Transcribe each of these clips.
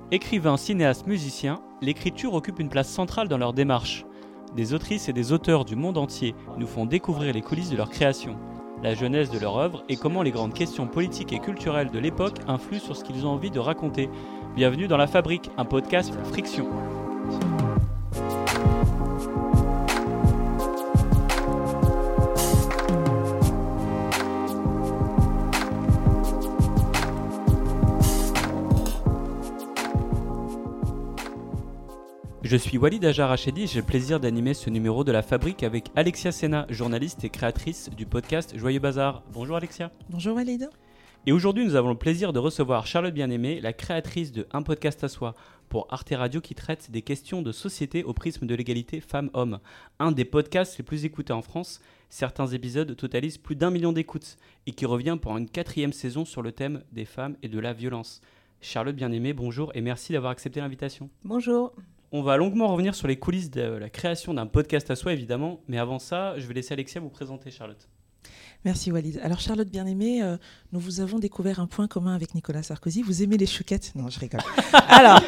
Écrivains, cinéastes, musiciens, l'écriture occupe une place centrale dans leur démarche. Des autrices et des auteurs du monde entier nous font découvrir les coulisses de leur création, la genèse de leur œuvre et comment les grandes questions politiques et culturelles de l'époque influent sur ce qu'ils ont envie de raconter. Bienvenue dans La Fabrique, un podcast Friction. Je suis Walid Ajar-Rachedi et j'ai le plaisir d'animer ce numéro de La Fabrique avec Alexia Sena, journaliste et créatrice du podcast Joyeux Bazar. Bonjour Alexia. Bonjour Walid. Et aujourd'hui, nous avons le plaisir de recevoir Charlotte Bien-Aimée, la créatrice de Un podcast à soi pour Arte Radio qui traite des questions de société au prisme de l'égalité femmes-hommes. Un des podcasts les plus écoutés en France. Certains épisodes totalisent plus d'1 million d'écoutes et qui revient pour une 4e saison sur le thème des femmes et de la violence. Charlotte Bien-Aimée, bonjour et merci d'avoir accepté l'invitation. Bonjour. On va longuement revenir sur les coulisses de la création d'un podcast à soi, évidemment. Mais avant ça, je vais laisser Alexia vous présenter, Charlotte. Merci Walid. Alors Charlotte Bien-Aimée, nous vous avons découvert un point commun avec Nicolas Sarkozy. Vous aimez les chouquettes ? Non, je rigole. Alors,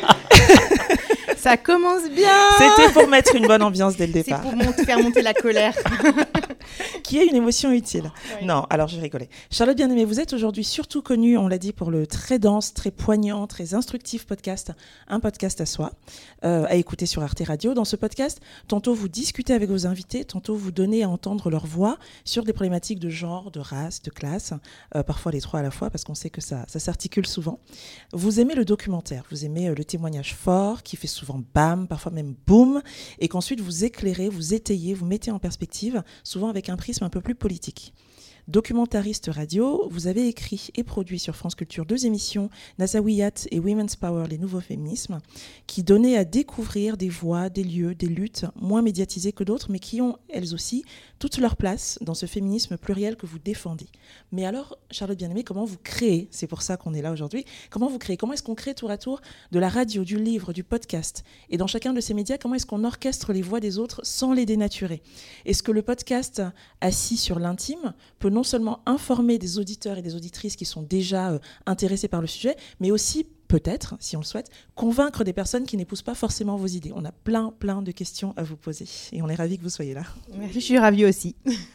ça commence bien. C'était pour mettre une bonne ambiance dès le départ. C'est pour faire monter la colère. Qui est une émotion utile. Oui. Non, alors je rigolais. Charlotte Bien-Aimée, vous êtes aujourd'hui surtout connue, on l'a dit, pour le très dense, très poignant, très instructif podcast, Un podcast à soi, à écouter sur Arte Radio. Dans ce podcast, tantôt vous discutez avec vos invités, tantôt vous donnez à entendre leur voix sur des problématiques de genre, de race, de classe, parfois les trois à la fois, parce qu'on sait que ça s'articule souvent. Vous aimez le documentaire, vous aimez le témoignage fort, qui fait souvent bam, parfois même boum, et qu'ensuite vous éclairez, vous étayez, vous mettez en perspective, souvent avec un prisme un peu plus politique. Documentariste radio, vous avez écrit et produit sur France Culture 2 émissions, Nazawiyat et Women's Power, les nouveaux féminismes, qui donnaient à découvrir des voix, des lieux, des luttes moins médiatisées que d'autres, mais qui ont, elles aussi, toute leur place dans ce féminisme pluriel que vous défendez. Mais alors, Charlotte Bien-Aimée, comment vous créez, c'est pour ça qu'on est là aujourd'hui, comment vous créez, comment est-ce qu'on crée tour à tour de la radio, du livre, du podcast, et dans chacun de ces médias, comment est-ce qu'on orchestre les voix des autres sans les dénaturer ? Est-ce que le podcast assis sur l'intime peut non seulement informer des auditeurs et des auditrices qui sont déjà intéressés par le sujet, mais aussi, peut-être, si on le souhaite, convaincre des personnes qui n'épousent pas forcément vos idées. On a plein de questions à vous poser et on est ravis que vous soyez là. Je suis ravie aussi.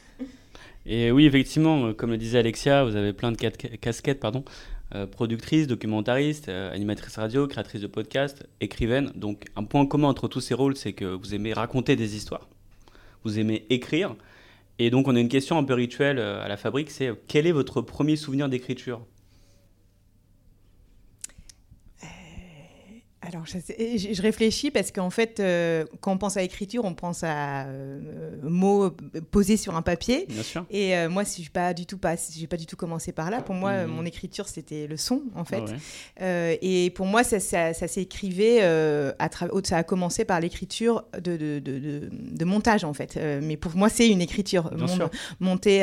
Et oui, effectivement, comme le disait Alexia, vous avez plein de casquettes, productrice, documentariste, animatrice radio, créatrice de podcast, écrivaine. Donc un point commun entre tous ces rôles, c'est que vous aimez raconter des histoires, vous aimez écrire. Et donc, on a une question un peu rituelle à La Fabrique, c'est quel est votre premier souvenir d'écriture ? Alors, je réfléchis parce qu'en fait, quand on pense à écriture, on pense à mots posés sur un papier. Bien sûr. Et moi, j'ai pas du tout commencé par là. Pour moi, mon écriture, c'était le son, en fait. Ah ouais. Et pour moi, ça s'écrivait. Ça a commencé par l'écriture de montage, en fait. Mais pour moi, c'est une écriture. Bien sûr. Monter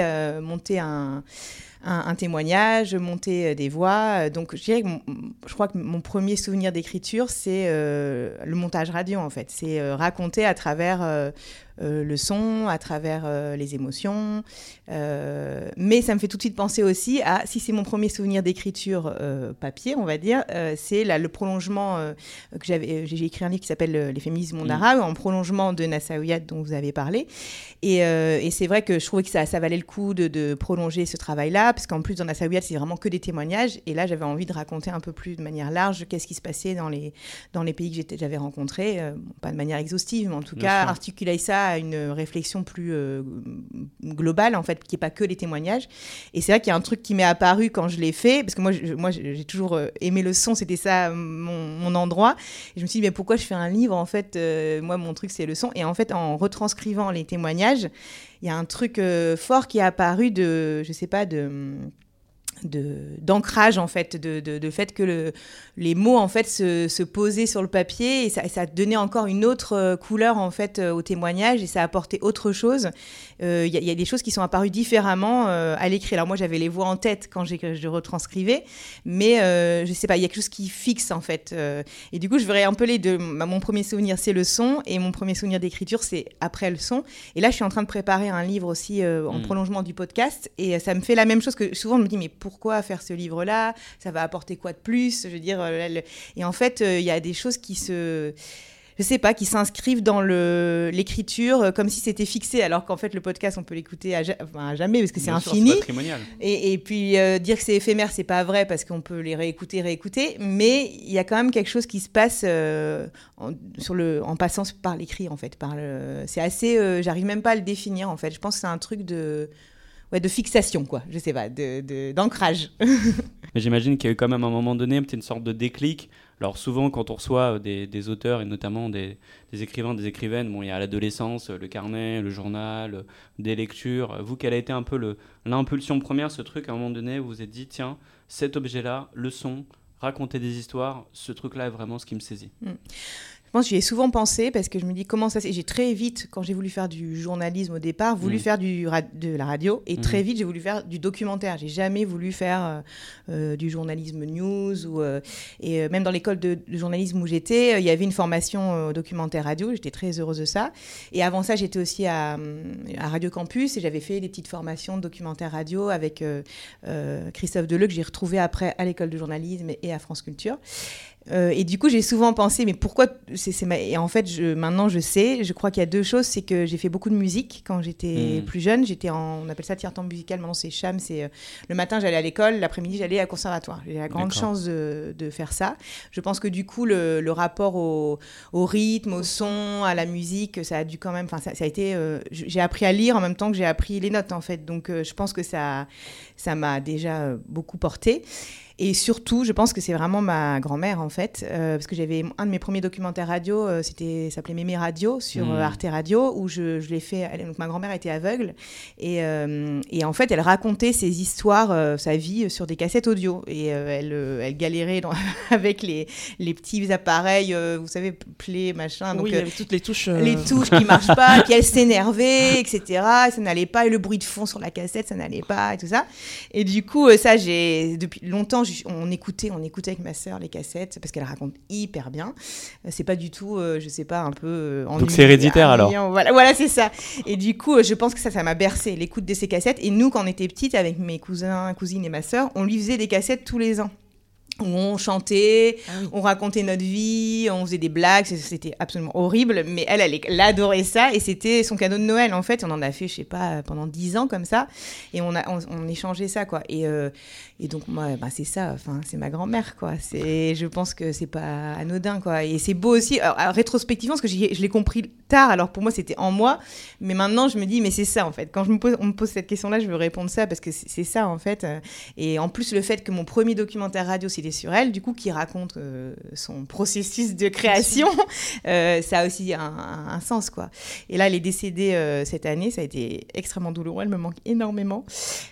un témoignage, monter des voix. Donc, je crois que mon premier souvenir d'écriture, c'est le montage radio, en fait. C'est raconter à travers le son, à travers les émotions. Mais ça me fait tout de suite penser aussi à, si c'est mon premier souvenir d'écriture papier, on va dire, c'est le prolongement que j'ai écrit un livre qui s'appelle Les féminismes monde arabe, en prolongement de Nazawiyat dont vous avez parlé. Et c'est vrai que je trouvais que ça valait le coup de prolonger ce travail-là, parce qu'en plus, dans Nazawiyat, c'est vraiment que des témoignages. Et là, j'avais envie de raconter un peu plus de manière large qu'est-ce qui se passait dans les pays que j'avais rencontrés. Pas de manière exhaustive, mais en tout cas, articuler ça à une réflexion plus globale, en fait, qui n'est pas que les témoignages. Et c'est vrai qu'il y a un truc qui m'est apparu quand je l'ai fait, parce que moi j'ai toujours aimé le son, c'était ça mon endroit. Et je me suis dit, mais pourquoi je fais un livre, en fait, moi, mon truc, c'est le son. Et en fait, en retranscrivant les témoignages, il y a un truc fort qui est apparu d'ancrage, en fait, de fait que les mots, en fait, se posaient sur le papier, et ça donnait encore une autre couleur, en fait, au témoignage, et ça apportait autre chose y a des choses qui sont apparues différemment à l'écrit. Alors moi, j'avais les voix en tête quand je retranscrivais, mais je sais pas, il y a quelque chose qui fixe en fait. Et du coup, je verrais un peu les deux. Mon premier souvenir, c'est le son, et mon premier souvenir d'écriture, c'est après le son. Et là, je suis en train de préparer un livre aussi en prolongement du podcast, et ça me fait la même chose que souvent, je me dis, mais pourquoi faire ce livre-là ? Ça va apporter quoi de plus ? Je veux dire, et en fait, il y a des choses qui je sais pas, qui s'inscrivent dans l'écriture comme si c'était fixé, alors qu'en fait le podcast on peut l'écouter à jamais parce que c'est infini. C'est patrimonial. Et puis dire que c'est éphémère, c'est pas vrai parce qu'on peut les réécouter, mais il y a quand même quelque chose qui se passe en passant par l'écrit en fait. C'est assez, j'arrive même pas à le définir en fait. Je pense que c'est un truc de fixation quoi. Je sais pas, d'ancrage. Mais j'imagine qu'il y a eu quand même à un moment donné peut-être une sorte de déclic. Alors souvent quand on reçoit des auteurs et notamment des écrivains, des écrivaines, bon, il y a l'adolescence, le carnet, le journal, des lectures. Vous, quelle a été un peu l'impulsion première, ce truc à un moment donné où vous vous êtes dit tiens, cet objet-là, le son, raconter des histoires, ce truc-là est vraiment ce qui me saisit. Je pense que j'y ai souvent pensé parce que je me dis comment ça c'est. J'ai très vite, quand j'ai voulu faire du journalisme au départ, voulu faire de la radio et très vite j'ai voulu faire du documentaire. J'ai jamais voulu faire du journalisme news et même dans l'école de journalisme où j'étais, il y avait une formation documentaire radio. J'étais très heureuse de ça. Et avant ça, j'étais aussi à Radio Campus et j'avais fait des petites formations de documentaire radio avec Christophe Deleu que j'ai retrouvé après à l'école de journalisme et à France Culture. Et du coup, j'ai souvent pensé, mais pourquoi Et en fait, maintenant, je sais. Je crois qu'il y a deux choses. C'est que j'ai fait beaucoup de musique quand j'étais plus jeune. On appelle ça tiers-temps musical. Maintenant, c'est CHAM. Le matin, j'allais à l'école. L'après-midi, j'allais au conservatoire. J'ai la grande chance de faire ça. Je pense que du coup, le rapport au rythme, au son, à la musique, ça a dû quand même... Enfin, ça a été... j'ai appris à lire en même temps que j'ai appris les notes, en fait. Donc, je pense que ça m'a déjà beaucoup portée. Et surtout, je pense que c'est vraiment ma grand-mère, en fait, parce que j'avais un de mes premiers documentaires radio, ça s'appelait Mémé Radio, sur Arte Radio, où je l'ai fait. Donc, ma grand-mère était aveugle, et en fait, elle racontait ses histoires, sa vie, sur des cassettes audio. Et elle galérait avec les petits appareils, vous savez, play, machin. Donc, oui, avec toutes les touches. Les touches qui marchent pas, puis elle s'énervait, etc. Ça n'allait pas, et le bruit de fond sur la cassette, ça n'allait pas, et tout ça. Et du coup, ça, depuis longtemps, on écoutait avec ma sœur les cassettes parce qu'elle raconte hyper bien. C'est pas du tout, je sais pas, un peu... Donc c'est héréditaire alors. Voilà, c'est ça. Et du coup, je pense que ça m'a bercé, l'écoute de ces cassettes. Et nous, quand on était petites, avec mes cousins, cousines et ma sœur, on lui faisait des cassettes tous les ans. Où on chantait, on racontait notre vie, on faisait des blagues, c'était absolument horrible, mais elle adorait ça et c'était son cadeau de Noël en fait. On en a fait, je sais pas, pendant 10 ans comme ça et on échangeait ça quoi. Et donc moi, c'est ça, enfin c'est ma grand-mère quoi. Je pense que c'est pas anodin quoi. Et c'est beau aussi, alors, rétrospectivement, parce que je l'ai compris tard. Alors pour moi c'était en moi, mais maintenant je me dis mais c'est ça en fait. Quand on me pose cette question-là, je veux répondre ça parce que c'est ça en fait. Et en plus le fait que mon premier documentaire radio c'était sur elle, du coup, qui raconte son processus de création, ça a aussi un sens, quoi. Et là, elle est décédée cette année, ça a été extrêmement douloureux, elle me manque énormément.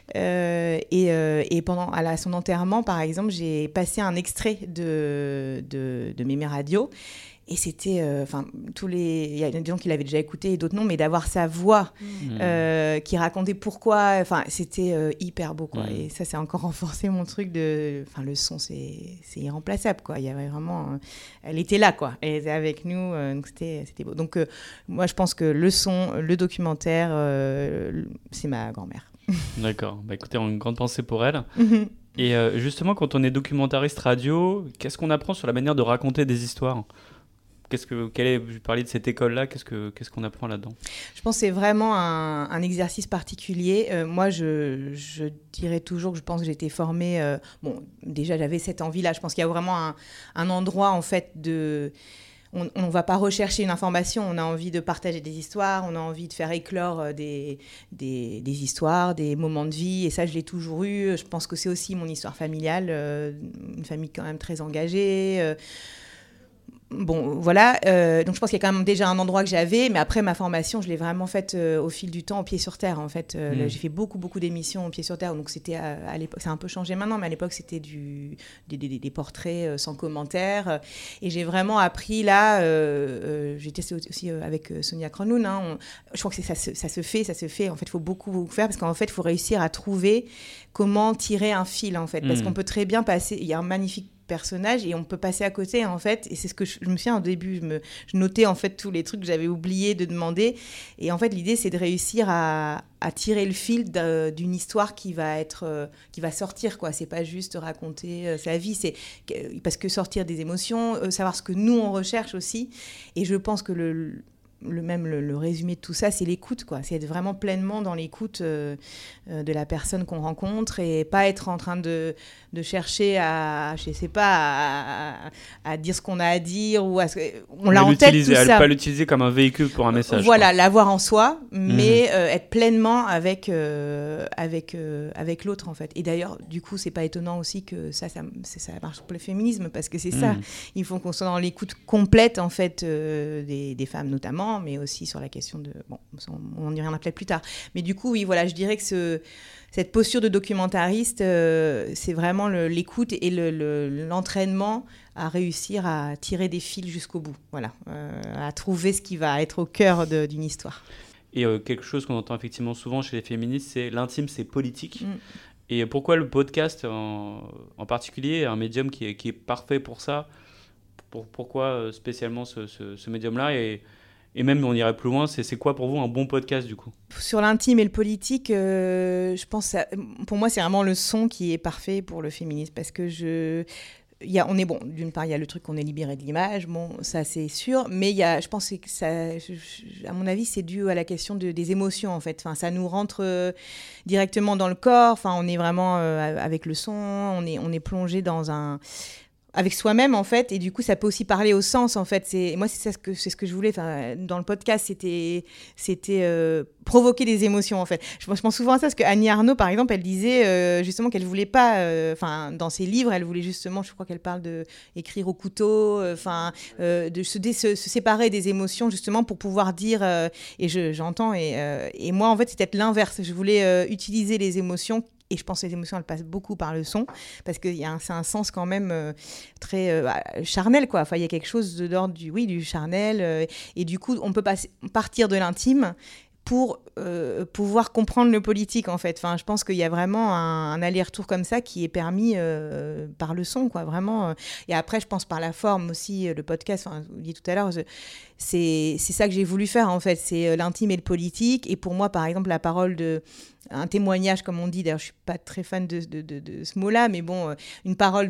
Et pendant son enterrement, par exemple, j'ai passé un extrait de Mémé Radio. Et c'était, il y a des gens qui l'avaient déjà écouté et d'autres non, mais d'avoir sa voix qui racontait pourquoi, c'était hyper beau, quoi. Et ça, c'est encore renforcé mon truc le son, c'est irremplaçable, quoi. Il y avait vraiment, elle était là, quoi. Elle était avec nous, donc c'était beau. Donc, moi, je pense que le son, le documentaire, c'est ma grand-mère. D'accord. Écoutez, une grande pensée pour elle. Et justement, quand on est documentariste radio, qu'est-ce qu'on apprend sur la manière de raconter des histoires ? Vous parliez de cette école-là, qu'est-ce qu'on apprend là-dedans ? Je pense que c'est vraiment un exercice particulier. Moi, je dirais toujours que je pense que j'ai été formée... déjà, j'avais cette envie-là. Je pense qu'il y a vraiment un endroit, en fait, on ne va pas rechercher une information, on a envie de partager des histoires, on a envie de faire éclore des histoires, des moments de vie, et ça, je l'ai toujours eu. Je pense que c'est aussi mon histoire familiale, une famille quand même très engagée... Bon, voilà. Donc, je pense qu'il y a quand même déjà un endroit que j'avais. Mais après, ma formation, je l'ai vraiment faite au fil du temps, au pied sur terre, en fait. Là, j'ai fait beaucoup d'émissions au pied sur terre. Donc, c'était à l'époque... Ça a un peu changé maintenant, mais à l'époque, c'était des portraits sans commentaires. Et j'ai vraiment appris, là... j'ai testé aussi avec Sonia Kronlund. Je crois que ça se fait. En fait, il faut beaucoup faire parce qu'en fait, il faut réussir à trouver comment tirer un fil, en fait. Parce qu'on peut très bien passer... Il y a un magnifique personnage et on peut passer à côté en fait, et c'est ce que je me souviens au début, je notais en fait tous les trucs que j'avais oublié de demander, et en fait l'idée c'est de réussir à tirer le fil d'une histoire qui va sortir, quoi. C'est pas juste raconter sa vie, c'est parce que sortir des émotions, savoir ce que nous on recherche aussi, et je pense que le résumé de tout ça, c'est l'écoute, quoi. C'est être vraiment pleinement dans l'écoute de la personne qu'on rencontre et pas être en train de chercher à dire ce qu'on a à dire ou on l'a en tête, tout ça. Pas l'utiliser comme un véhicule pour un message. Voilà, l'avoir en soi, mais être pleinement avec l'autre, en fait. Et d'ailleurs, du coup, c'est pas étonnant aussi que ça marche pour le féminisme, parce que c'est ça. Il faut qu'on soit dans l'écoute complète, en fait, des femmes notamment, mais aussi sur la question de... Bon, on y reviendra peut-être plus tard. Mais du coup, oui, voilà, je dirais que cette posture de documentariste, c'est vraiment l'écoute et l'entraînement à réussir à tirer des fils jusqu'au bout, voilà, à trouver ce qui va être au cœur d'une histoire. Et quelque chose qu'on entend effectivement souvent chez les féministes, c'est l'intime, c'est politique. Et pourquoi le podcast en particulier est un médium qui est parfait pour ça? Pourquoi spécialement ce médium-là? Et même, on irait plus loin, c'est quoi pour vous un bon podcast, du coup? Sur l'intime et le politique, je pense, pour moi, c'est vraiment le son qui est parfait pour le féminisme, parce que d'une part, il y a le truc qu'on est libéré de l'image, bon, ça c'est sûr, mais je pense que ça, à mon avis, c'est dû à la question des émotions, en fait. Enfin, ça nous rentre directement dans le corps, enfin, on est vraiment avec le son, on est plongé avec soi-même, en fait, et du coup ça peut aussi parler au sens, en fait. Moi c'est ce que je voulais, enfin, dans le podcast, c'était provoquer des émotions, en fait. Je pense souvent à ça, parce que Annie Ernaux, par exemple, elle disait justement qu'elle voulait pas, dans ses livres, elle voulait justement, je crois qu'elle parle de écrire au couteau, de se séparer des émotions, justement, pour pouvoir dire, et j'entends, et moi en fait c'est peut-être l'inverse, je voulais utiliser les émotions. Et je pense que les émotions, elles passent beaucoup par le son, parce que c'est un sens quand même très charnel, quoi. Enfin, il y a quelque chose de l'ordre du charnel. Et du coup, on peut partir de l'intime pour pouvoir comprendre le politique, en fait. Enfin, je pense qu'il y a vraiment un aller-retour comme ça qui est permis par le son, quoi, vraiment. Et après, je pense par la forme aussi, le podcast, enfin, je vous dis tout à l'heure, c'est ça que j'ai voulu faire, en fait. C'est l'intime et le politique. Et pour moi, par exemple, la parole un témoignage, comme on dit, d'ailleurs je suis pas très fan de ce mot-là, mais bon, une parole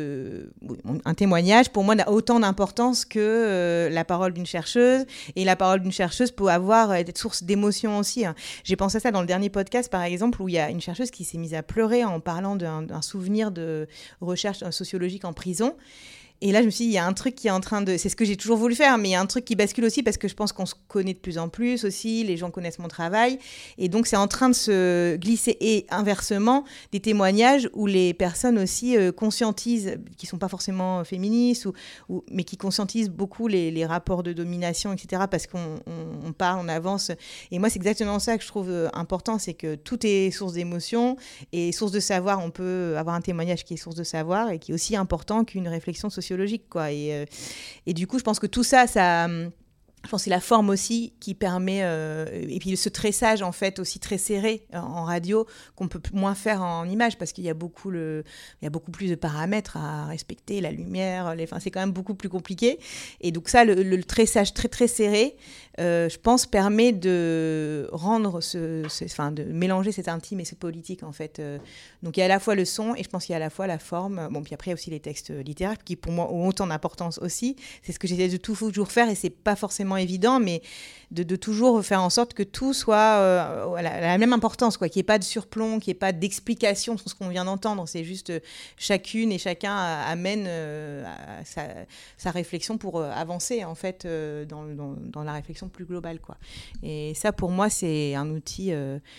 un témoignage, pour moi, n'a autant d'importance que la parole d'une chercheuse, et la parole d'une chercheuse peut être source d'émotion aussi, hein. J'ai pensé à ça dans le dernier podcast, par exemple, où il y a une chercheuse qui s'est mise à pleurer en parlant d'un souvenir de recherche sociologique en prison. Et là, je me suis dit, il y a un truc qui est en train de... C'est ce que j'ai toujours voulu faire, mais il y a un truc qui bascule aussi, parce que je pense qu'on se connaît de plus en plus aussi, les gens connaissent mon travail, et donc c'est en train de se glisser, et inversement, des témoignages où les personnes aussi conscientisent, qui ne sont pas forcément féministes, mais qui conscientisent beaucoup les rapports de domination, etc., parce qu'on parle, on avance. Et moi, c'est exactement ça que je trouve important, c'est que tout est source d'émotion, et source de savoir. On peut avoir un témoignage qui est source de savoir, et qui est aussi important qu'une réflexion sociologique, quoi. Et du coup, je pense que tout ça, je pense que c'est la forme aussi qui permet, et puis ce tressage, en fait, aussi très serré en radio, qu'on peut moins faire en image, parce qu'il y a beaucoup plus de paramètres à respecter, la lumière, c'est quand même beaucoup plus compliqué. Et donc ça, le tressage très très serré, je pense, permet de rendre de mélanger cet intime et ce politique, en fait. Donc il y a à la fois le son, et je pense qu'il y a à la fois la forme. Bon, puis après, il y a aussi les textes littéraires, qui pour moi ont autant d'importance aussi. C'est ce que j'essaie de toujours faire, et c'est pas forcément évident, mais de toujours faire en sorte que tout soit à la même importance, quoi, qu'il n'y ait pas de surplomb, qu'il n'y ait pas d'explication sur ce qu'on vient d'entendre. C'est juste chacune et chacun amène sa réflexion pour avancer, en fait, dans la réflexion plus globale, quoi. Et ça, pour moi, c'est un outil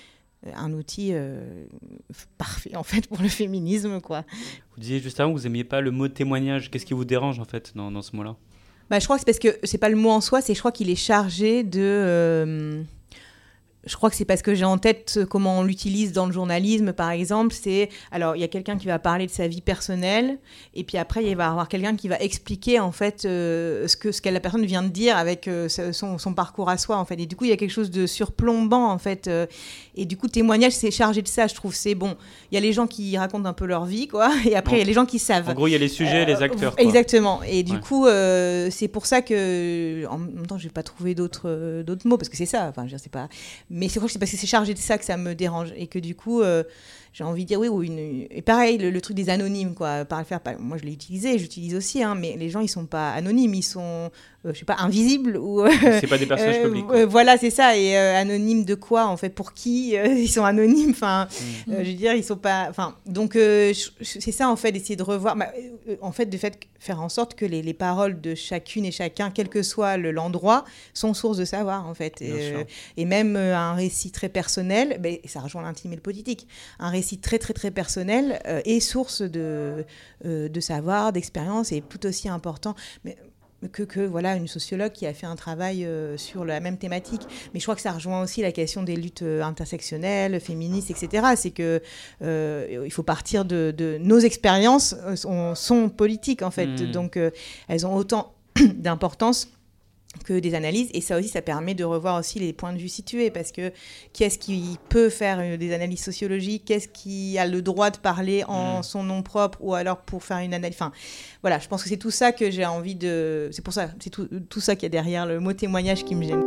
parfait, en fait, pour le féminisme, quoi. Vous disiez juste avant que vous n'aimiez pas le mot témoignage. Qu'est-ce qui vous dérange, en fait, dans ce mot-là? Je crois que c'est parce que c'est pas le mot en soi, je crois qu'il est chargé de... je crois que c'est parce que j'ai en tête comment on l'utilise dans le journalisme, par exemple. Alors, il y a quelqu'un qui va parler de sa vie personnelle, et puis après, il va y avoir quelqu'un qui va expliquer, en fait, ce que la personne vient de dire avec son parcours à soi, en fait. Et du coup, il y a quelque chose de surplombant, en fait. Et du coup, témoignage, c'est chargé de ça, je trouve. C'est bon. Il y a les gens qui racontent un peu leur vie, quoi, et après, il y a les gens qui savent. En gros, il y a les sujets et les acteurs, quoi. Exactement. Et du coup, c'est pour ça que, en même temps, je vais pas trouver d'autres mots, parce que c'est ça. Enfin, je veux dire, c'est pas... Mais c'est parce que c'est chargé de ça que ça me dérange. Et que du coup, j'ai envie de dire, oui, et pareil, le truc des anonymes, quoi. Moi, je l'ai utilisé, j'utilise aussi, hein, mais les gens, ils sont pas anonymes, ils sont, je sais pas, invisibles. C'est pas des personnages publics. Voilà, c'est ça. Et anonymes de quoi, en fait? Pour qui ils sont anonymes? Enfin, je veux dire, ils sont pas... Enfin, donc, c'est ça, en fait, d'essayer de revoir... en fait, faire en sorte que les paroles de chacune et chacun, quel que soit l'endroit, sont source de savoir, en fait. Et même un récit très personnel, ça rejoint l'intime et le politique. Un récit très, très, très personnel est source de savoir, d'expérience, et tout aussi important que voilà, une sociologue qui a fait un travail sur la même thématique. Mais je crois que ça rejoint aussi la question des luttes intersectionnelles, féministes, etc. C'est que il faut partir de nos expériences sont politiques, en fait. Donc, elles ont autant d'importance que des analyses, et ça aussi, ça permet de revoir aussi les points de vue situés, parce que qui est-ce qui peut faire des analyses sociologiques, qu'est-ce qui a le droit de parler en son nom propre, ou alors pour faire une analyse, enfin voilà, je pense que c'est tout ça que j'ai envie de, c'est pour ça, c'est tout ça qu'il y a derrière le mot témoignage qui me gêne.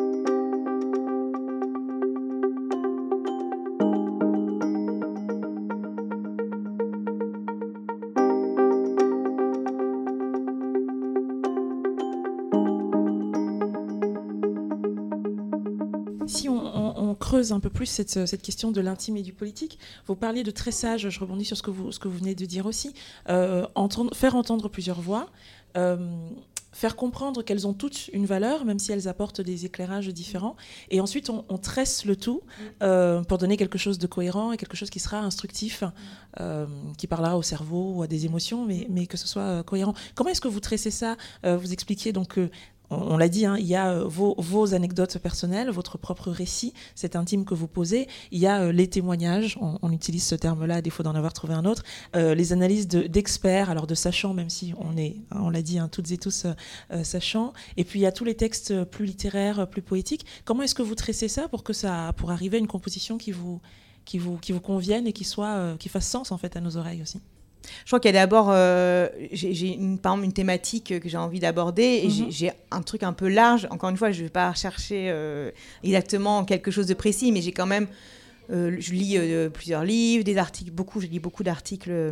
Si on creuse un peu plus cette question de l'intime et du politique, vous parliez de tressage, je rebondis sur ce que vous venez de dire aussi, faire entendre plusieurs voix, faire comprendre qu'elles ont toutes une valeur, même si elles apportent des éclairages différents, et ensuite on tresse le tout pour donner quelque chose de cohérent et quelque chose qui sera instructif, qui parlera au cerveau ou à des émotions, mais que ce soit cohérent. Comment est-ce que vous tressez ça? Vous expliquiez donc on l'a dit, hein, il y a vos anecdotes personnelles, votre propre récit, cet intime que vous posez. Il y a les témoignages, on utilise ce terme-là à défaut d'en avoir trouvé un autre. Les analyses d'experts, alors de sachants, même si on l'a dit, hein, toutes et tous sachants. Et puis il y a tous les textes plus littéraires, plus poétiques. Comment est-ce que vous tressez ça pour arriver à une composition qui vous convienne et qui fasse sens en fait à nos oreilles aussi? Je crois qu'il y a d'abord, j'ai par exemple une thématique que j'ai envie d'aborder, et j'ai un truc un peu large. Encore une fois, je ne vais pas chercher exactement quelque chose de précis, mais j'ai quand même, je lis plusieurs livres, des articles, je lis beaucoup d'articles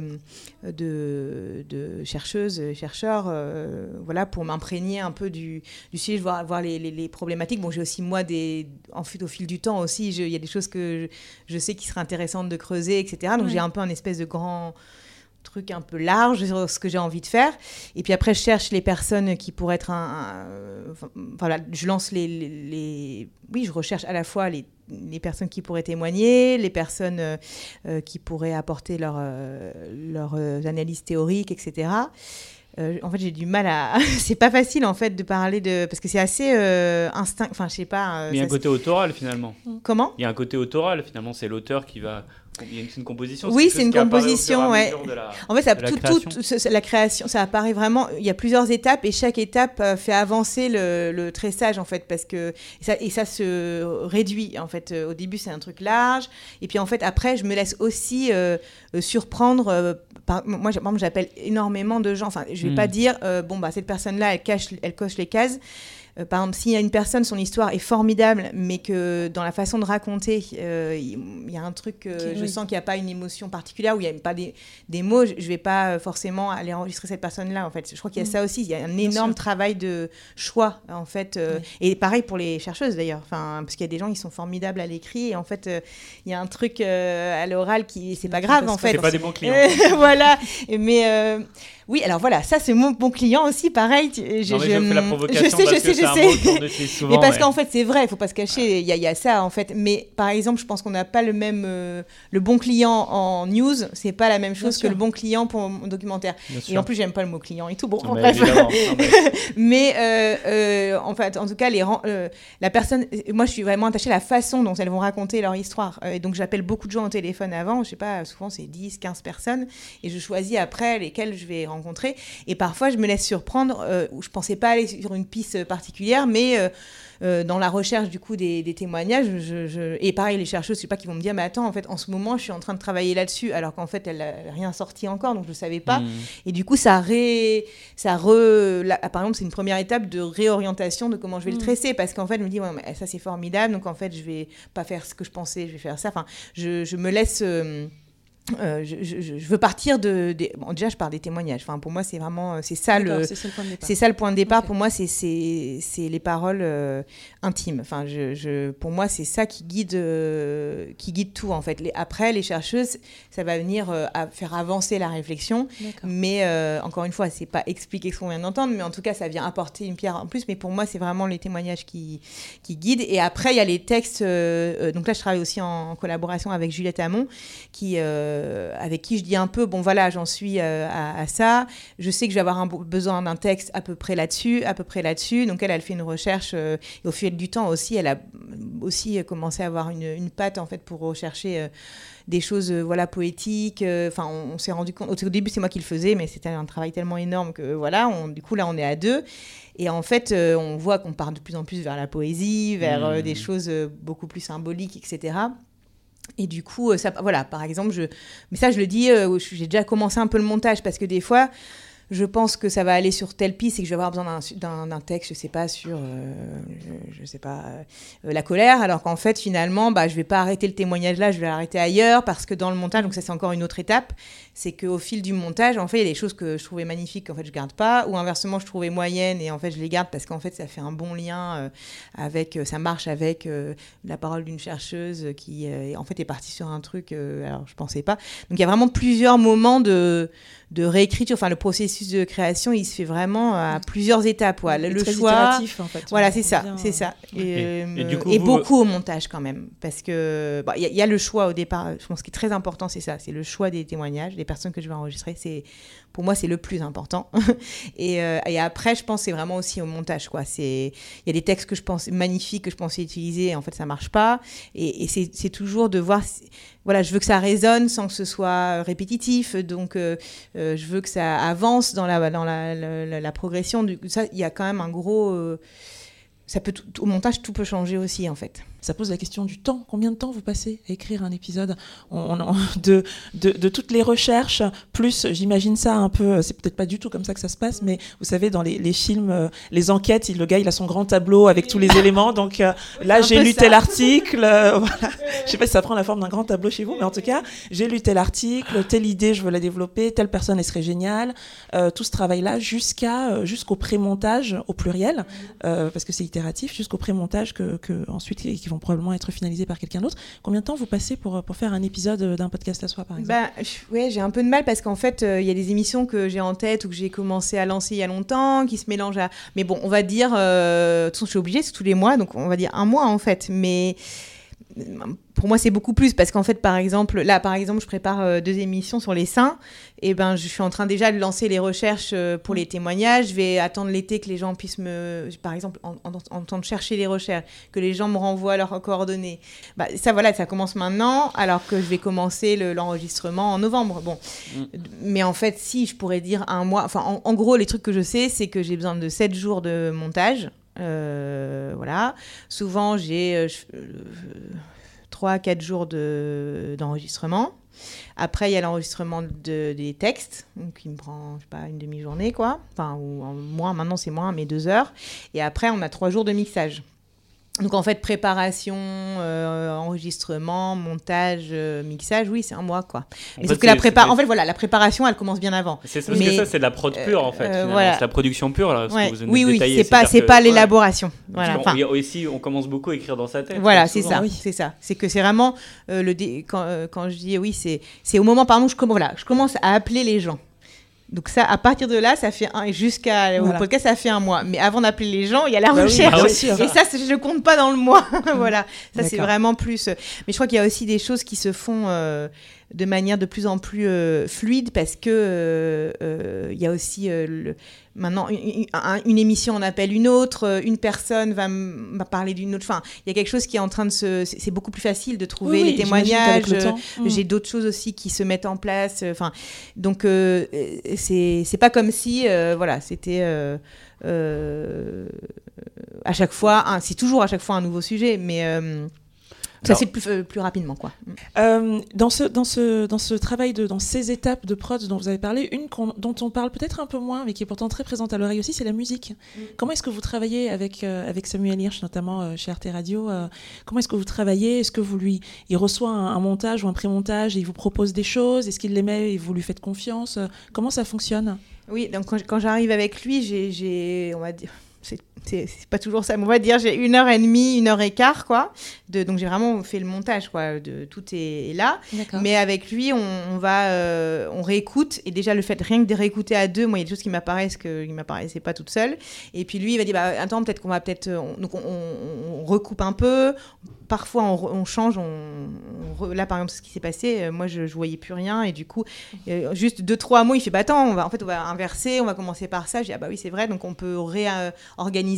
de chercheuses et chercheurs, voilà, pour m'imprégner un peu du sujet, voir les problématiques. Bon, j'ai aussi, moi, au fil du temps aussi, il y a des choses que je sais qui seraient intéressantes de creuser, etc. Donc j'ai un peu un espèce de grand truc un peu large sur ce que j'ai envie de faire, et puis après je cherche les personnes qui pourraient être voilà, je lance oui, je recherche à la fois les personnes qui pourraient témoigner, les personnes qui pourraient apporter leurs analyses théoriques, etc. En fait, j'ai du mal à... c'est pas facile, en fait, de parler parce que c'est assez instinct... Enfin, je sais pas... Mais il y a un côté autoral, finalement. Comment ? Il y a un côté autoral, finalement. C'est l'auteur qui va... Il y a une composition. Oui, c'est une composition, ouais. En fait, la création, ça apparaît vraiment... Il y a plusieurs étapes, et chaque étape fait avancer le tressage, en fait, parce que... Et ça se réduit, en fait. Au début, c'est un truc large, et puis, en fait, après, je me laisse aussi surprendre... Moi, j'appelle énormément de gens. Enfin, je vais pas dire, cette personne-là, elle coche les cases. Par exemple, s'il y a une personne, son histoire est formidable, mais que dans la façon de raconter, il y a un truc, je sens qu'il n'y a pas une émotion particulière, ou il n'y a pas des mots, je ne vais pas forcément aller enregistrer cette personne-là, en fait. Je crois qu'il y a ça aussi, il y a un énorme travail de choix, en fait. Et pareil pour les chercheuses, d'ailleurs, parce qu'il y a des gens qui sont formidables à l'écrit, et en fait, il y a un truc à l'oral qui, c'est pas grave, en fait. C'est pas des bons clients. Voilà. Mais... Oui, alors voilà, ça c'est mon bon client aussi, pareil. Je fais la provocation je sais, parce que c'est un mot qu'on utilise souvent. Mais parce qu'en fait, c'est vrai, il ne faut pas se cacher, il y a ça en fait. Mais par exemple, je pense qu'on n'a pas le même... le bon client en news, c'est pas la même chose que le bon client pour mon documentaire. Et en plus, j'aime pas le mot client et tout. Bon, bref. Mais en fait, en tout cas, la personne... Moi, je suis vraiment attachée à la façon dont elles vont raconter leur histoire. Et donc, j'appelle beaucoup de gens au téléphone avant. Je sais pas, souvent, c'est 10, 15 personnes. Et je choisis après lesquelles je vais rencontrer. Et parfois, je me laisse surprendre où je pensais pas aller sur une piste particulière, mais dans la recherche du coup des témoignages, et pareil, les chercheuses, je sais pas, qui vont me dire, mais attends, en fait, en ce moment, je suis en train de travailler là-dessus, alors qu'en fait, elle n'a rien sorti encore, donc je savais pas. Et du coup, par exemple, c'est une première étape de réorientation de comment je vais le tresser, parce qu'en fait, je me dis, ouais, mais ça c'est formidable, donc en fait, je vais pas faire ce que je pensais, je vais faire ça. Enfin, je me laisse. Je veux partir bon, déjà je pars des témoignages. Enfin, pour moi c'est vraiment c'est ça le point de départ. Okay. Pour moi c'est les paroles intimes. Enfin, pour moi c'est ça qui guide tout en fait. Après les chercheuses, ça va venir à faire avancer la réflexion. Mais encore une fois, c'est pas expliquer ce qu'on vient d'entendre, mais en tout cas ça vient apporter une pierre en plus. Mais pour moi c'est vraiment les témoignages qui guident. Et après il y a les textes. Donc là je travaille aussi en collaboration avec Juliette Hamon avec qui je dis un peu, bon voilà, j'en suis à ça, je sais que je vais avoir besoin d'un texte à peu près là-dessus, donc elle fait une recherche, et au fil du temps aussi, elle a aussi commencé à avoir une patte en fait pour rechercher des choses voilà, poétiques, enfin on s'est rendu compte, au début c'est moi qui le faisais, mais c'était un travail tellement énorme que voilà, du coup là on est à deux, et en fait on voit qu'on part de plus en plus vers la poésie, vers des choses beaucoup plus symboliques, etc. Et du coup, ça, voilà, par exemple, mais ça, je le dis, j'ai déjà commencé un peu le montage, parce que des fois, je pense que ça va aller sur telle piste et que je vais avoir besoin d'un texte, je sais pas, sur, la colère, alors qu'en fait, finalement, je vais pas arrêter le témoignage là, je vais l'arrêter ailleurs, parce que dans le montage, donc ça, c'est encore une autre étape, c'est qu'au fil du montage, en fait, il y a des choses que je trouvais magnifiques qu'en fait, je garde pas, ou inversement, je trouvais moyennes et en fait, je les garde parce qu'en fait, ça fait un bon lien ça marche avec la parole d'une chercheuse qui, en fait, est partie sur un truc, alors je pensais pas. Donc, il y a vraiment plusieurs moments de réécriture, enfin le processus de création, il se fait vraiment à plusieurs étapes. Ouais. Le choix, itératif, en fait. Voilà, c'est ça. Et beaucoup au montage quand même, parce que y a le choix au départ. Je pense que ce qui est très important, c'est ça, c'est le choix des témoignages, des personnes que je vais enregistrer. Pour moi, c'est le plus important. Et après, je pense que c'est vraiment aussi au montage, quoi. Il y a des textes que je pense magnifiques que je pensais utiliser, et en fait, ça marche pas. Et c'est toujours de voir. Voilà, je veux que ça résonne sans que ce soit répétitif, donc je veux que ça avance dans la progression. Ça, il y a quand même un gros... au montage, tout peut changer aussi, en fait. Ça pose la question du temps. Combien de temps vous passez à écrire un épisode de toutes les recherches, plus, j'imagine ça un peu, c'est peut-être pas du tout comme ça que ça se passe, mais vous savez, dans les films, les enquêtes, le gars, il a son grand tableau avec tous les éléments, donc là, j'ai lu tel article, voilà. Je sais pas si ça prend la forme d'un grand tableau chez vous, mais en tout cas, j'ai lu tel article, telle idée, je veux la développer, telle personne, elle serait géniale, tout ce travail-là, jusqu'au pré-montage, au pluriel, parce que c'est itératif, jusqu'au pré-montage ensuite, qui vont probablement être finalisés par quelqu'un d'autre. Combien de temps vous passez pour faire un épisode d'un podcast à soi, par exemple ? Ouais, j'ai un peu de mal parce qu'en fait, il y a des émissions que j'ai en tête ou que j'ai commencé à lancer il y a longtemps, qui se mélangent à... Mais bon, on va dire... de toute façon, je suis obligée, c'est tous les mois, donc on va dire un mois, en fait. Mais... Pour moi, c'est beaucoup plus parce qu'en fait, par exemple, je prépare 2 émissions sur les seins. Et je suis en train déjà de lancer les recherches pour les témoignages. Je vais attendre l'été que les gens puissent par exemple, en temps de chercher les recherches, que les gens me renvoient leurs coordonnées. Ça commence maintenant, alors que je vais commencer l'enregistrement en novembre. Bon, mais en fait, si je pourrais dire un mois. Enfin, en gros, les trucs que je sais, c'est que j'ai besoin de 7 jours de montage. Voilà. Souvent, j'ai 3 à 4 jours d'enregistrement. Après, il y a l'enregistrement des textes, qui me prend, je sais pas, une demi-journée, quoi. Enfin, ou moins, maintenant c'est moins, mais 2 heures. Et après, on a 3 jours de mixage. Donc, en fait, préparation, enregistrement, montage, mixage, oui, c'est un mois, quoi. Mais sauf que la préparation, elle commence bien avant. C'est parce que ça, c'est de la prod pure, en fait. Voilà. C'est la production pure, là, ouais. Oui, c'est pas l'élaboration. Voilà. Ici, on commence beaucoup à écrire dans sa tête. Voilà, c'est ça. C'est ça. C'est que c'est vraiment quand je dis oui, c'est au moment, par exemple, je commence à appeler les gens. Donc ça, à partir de là, ça fait jusqu'au podcast, ça fait 1 mois. Mais avant d'appeler les gens, il y a la recherche. Et ça, je ne compte pas dans le mois. Voilà, ça c'est vraiment plus. Mais je crois qu'il y a aussi des choses qui se font de manière de plus en plus fluide parce que il y a aussi maintenant une émission en appelle une autre, une personne va parler d'une autre. Enfin, il y a quelque chose qui est en train de c'est beaucoup plus facile de trouver les témoignages. J'ai d'autres choses aussi qui se mettent en place. Enfin, donc c'est pas comme si voilà, c'était à chaque fois, c'est toujours à chaque fois un nouveau sujet, mais ça c'est plus rapidement, quoi. Dans ce travail, dans ces étapes de prod dont vous avez parlé, une dont on parle peut-être un peu moins, mais qui est pourtant très présente à l'oreille aussi, c'est la musique. Comment est-ce que vous travaillez avec Samuel Hirsch, notamment chez Arte Radio Comment est-ce que vous travaillez ? Est-ce que il reçoit un montage ou un pré-montage et il vous propose des choses ? Est-ce qu'il l'aimait et vous lui faites confiance ? Comment ça fonctionne ? Oui, donc quand j'arrive avec lui, on va dire... C'est pas toujours ça, mais on va dire j'ai 1h30, 1h15, quoi. Donc j'ai vraiment fait le montage, quoi. Tout est là. D'accord. Mais avec lui, on réécoute. Et déjà, le fait rien que de réécouter à 2, moi, il y a des choses qui m'apparaissaient pas toute seule. Et puis lui, il va dire, attends, peut-être qu'on va donc on recoupe un peu. Parfois, on change. Là, par exemple, ce qui s'est passé, moi, je voyais plus rien. Et du coup, juste 2-3 mots, il fait, attends, on va inverser, on va commencer par ça. Je dis, oui, c'est vrai. Donc, on peut réorganiser.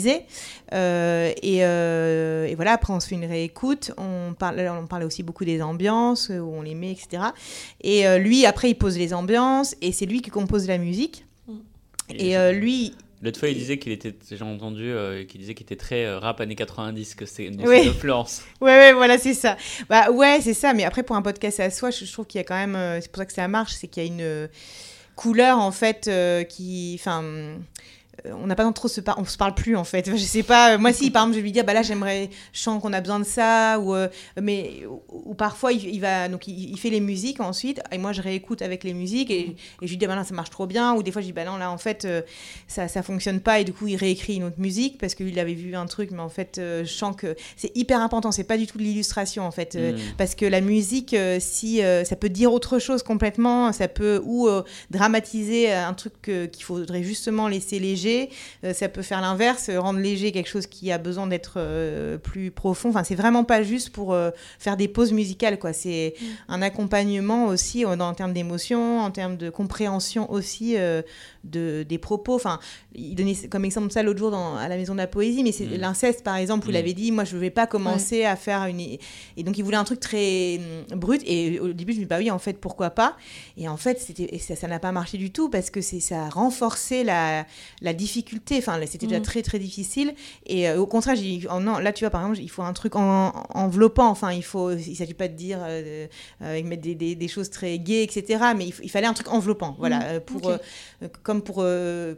Et voilà, après, on se fait une réécoute. On parlait aussi beaucoup des ambiances, où on les met, etc. Et lui, après, il pose les ambiances. Et c'est lui qui compose la musique. Et lui... L'autre fois, il disait j'ai entendu qu'il disait qu'il était très rap années 90, que c'est une influence. Ouais, voilà, c'est ça. Ouais, c'est ça. Mais après, pour un podcast à soi, je trouve qu'il y a quand même... c'est pour ça que ça marche, c'est qu'il y a une couleur, en fait, qui... Enfin... on n'a pas trop on se parle plus en fait. Je sais pas. Moi si par exemple je vais lui dire là je sens qu'on a besoin de ça ou parfois il va donc il fait les musiques ensuite et moi je réécoute avec les musiques et je lui dis là ça marche trop bien ou des fois je dis non là en fait ça fonctionne pas et du coup il réécrit une autre musique parce que lui il avait vu un truc mais en fait je sens que c'est hyper important, c'est pas du tout de l'illustration en fait parce que la musique si ça peut dire autre chose complètement, ça peut dramatiser un truc qu'il faudrait justement laisser léger. Ça peut faire l'inverse, rendre léger quelque chose qui a besoin d'être plus profond. Enfin, c'est vraiment pas juste pour faire des pauses musicales, quoi. C'est un accompagnement aussi en termes d'émotion, en termes de compréhension aussi des propos. Enfin, il donnait comme exemple ça l'autre jour à la Maison de la Poésie, mais c'est l'inceste, par exemple, où il avait dit, moi, je ne vais pas commencer à faire une... Et donc, il voulait un truc très brut. Et au début, je me dis, oui, en fait, pourquoi pas ? Et en fait, ça n'a pas marché du tout parce que ça a renforcé la difficulté. Enfin, c'était déjà très, très difficile. Et au contraire, j'ai dit, non, là, tu vois, par exemple, il faut un truc enveloppant. Enfin, il ne s'agit pas de dire, mettre des choses très gaies, etc. Mais il fallait un truc enveloppant, voilà, comme pour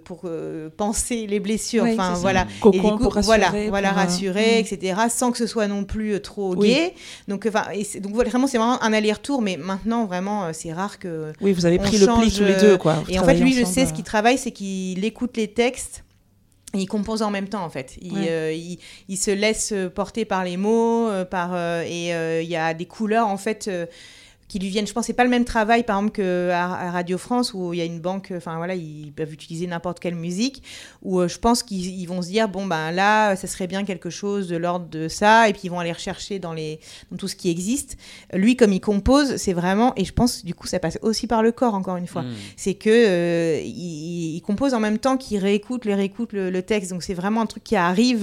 penser les blessures. Oui, enfin, voilà. Et du coup, rassurer, etc. Sans que ce soit non plus trop gai. Donc vraiment, c'est vraiment un aller-retour. Mais maintenant, vraiment, c'est rare que... Oui, vous avez pris le pli tous les deux, quoi. Et en fait, lui, je sais ce qu'il travaille, c'est qu'il écoute les textes. Et il compose en même temps, en fait. Il se laisse porter par les mots, et il y a des couleurs, en fait... qui lui viennent, je pense, c'est pas le même travail, par exemple, qu'à Radio France, où il y a une banque, enfin voilà, ils peuvent utiliser n'importe quelle musique, où je pense qu'ils vont se dire, là, ça serait bien quelque chose de l'ordre de ça, et puis ils vont aller rechercher dans tout ce qui existe. Lui, comme il compose, c'est vraiment, et je pense, du coup, ça passe aussi par le corps, encore une fois, c'est que il compose en même temps qu'il réécoute le texte, donc c'est vraiment un truc qui arrive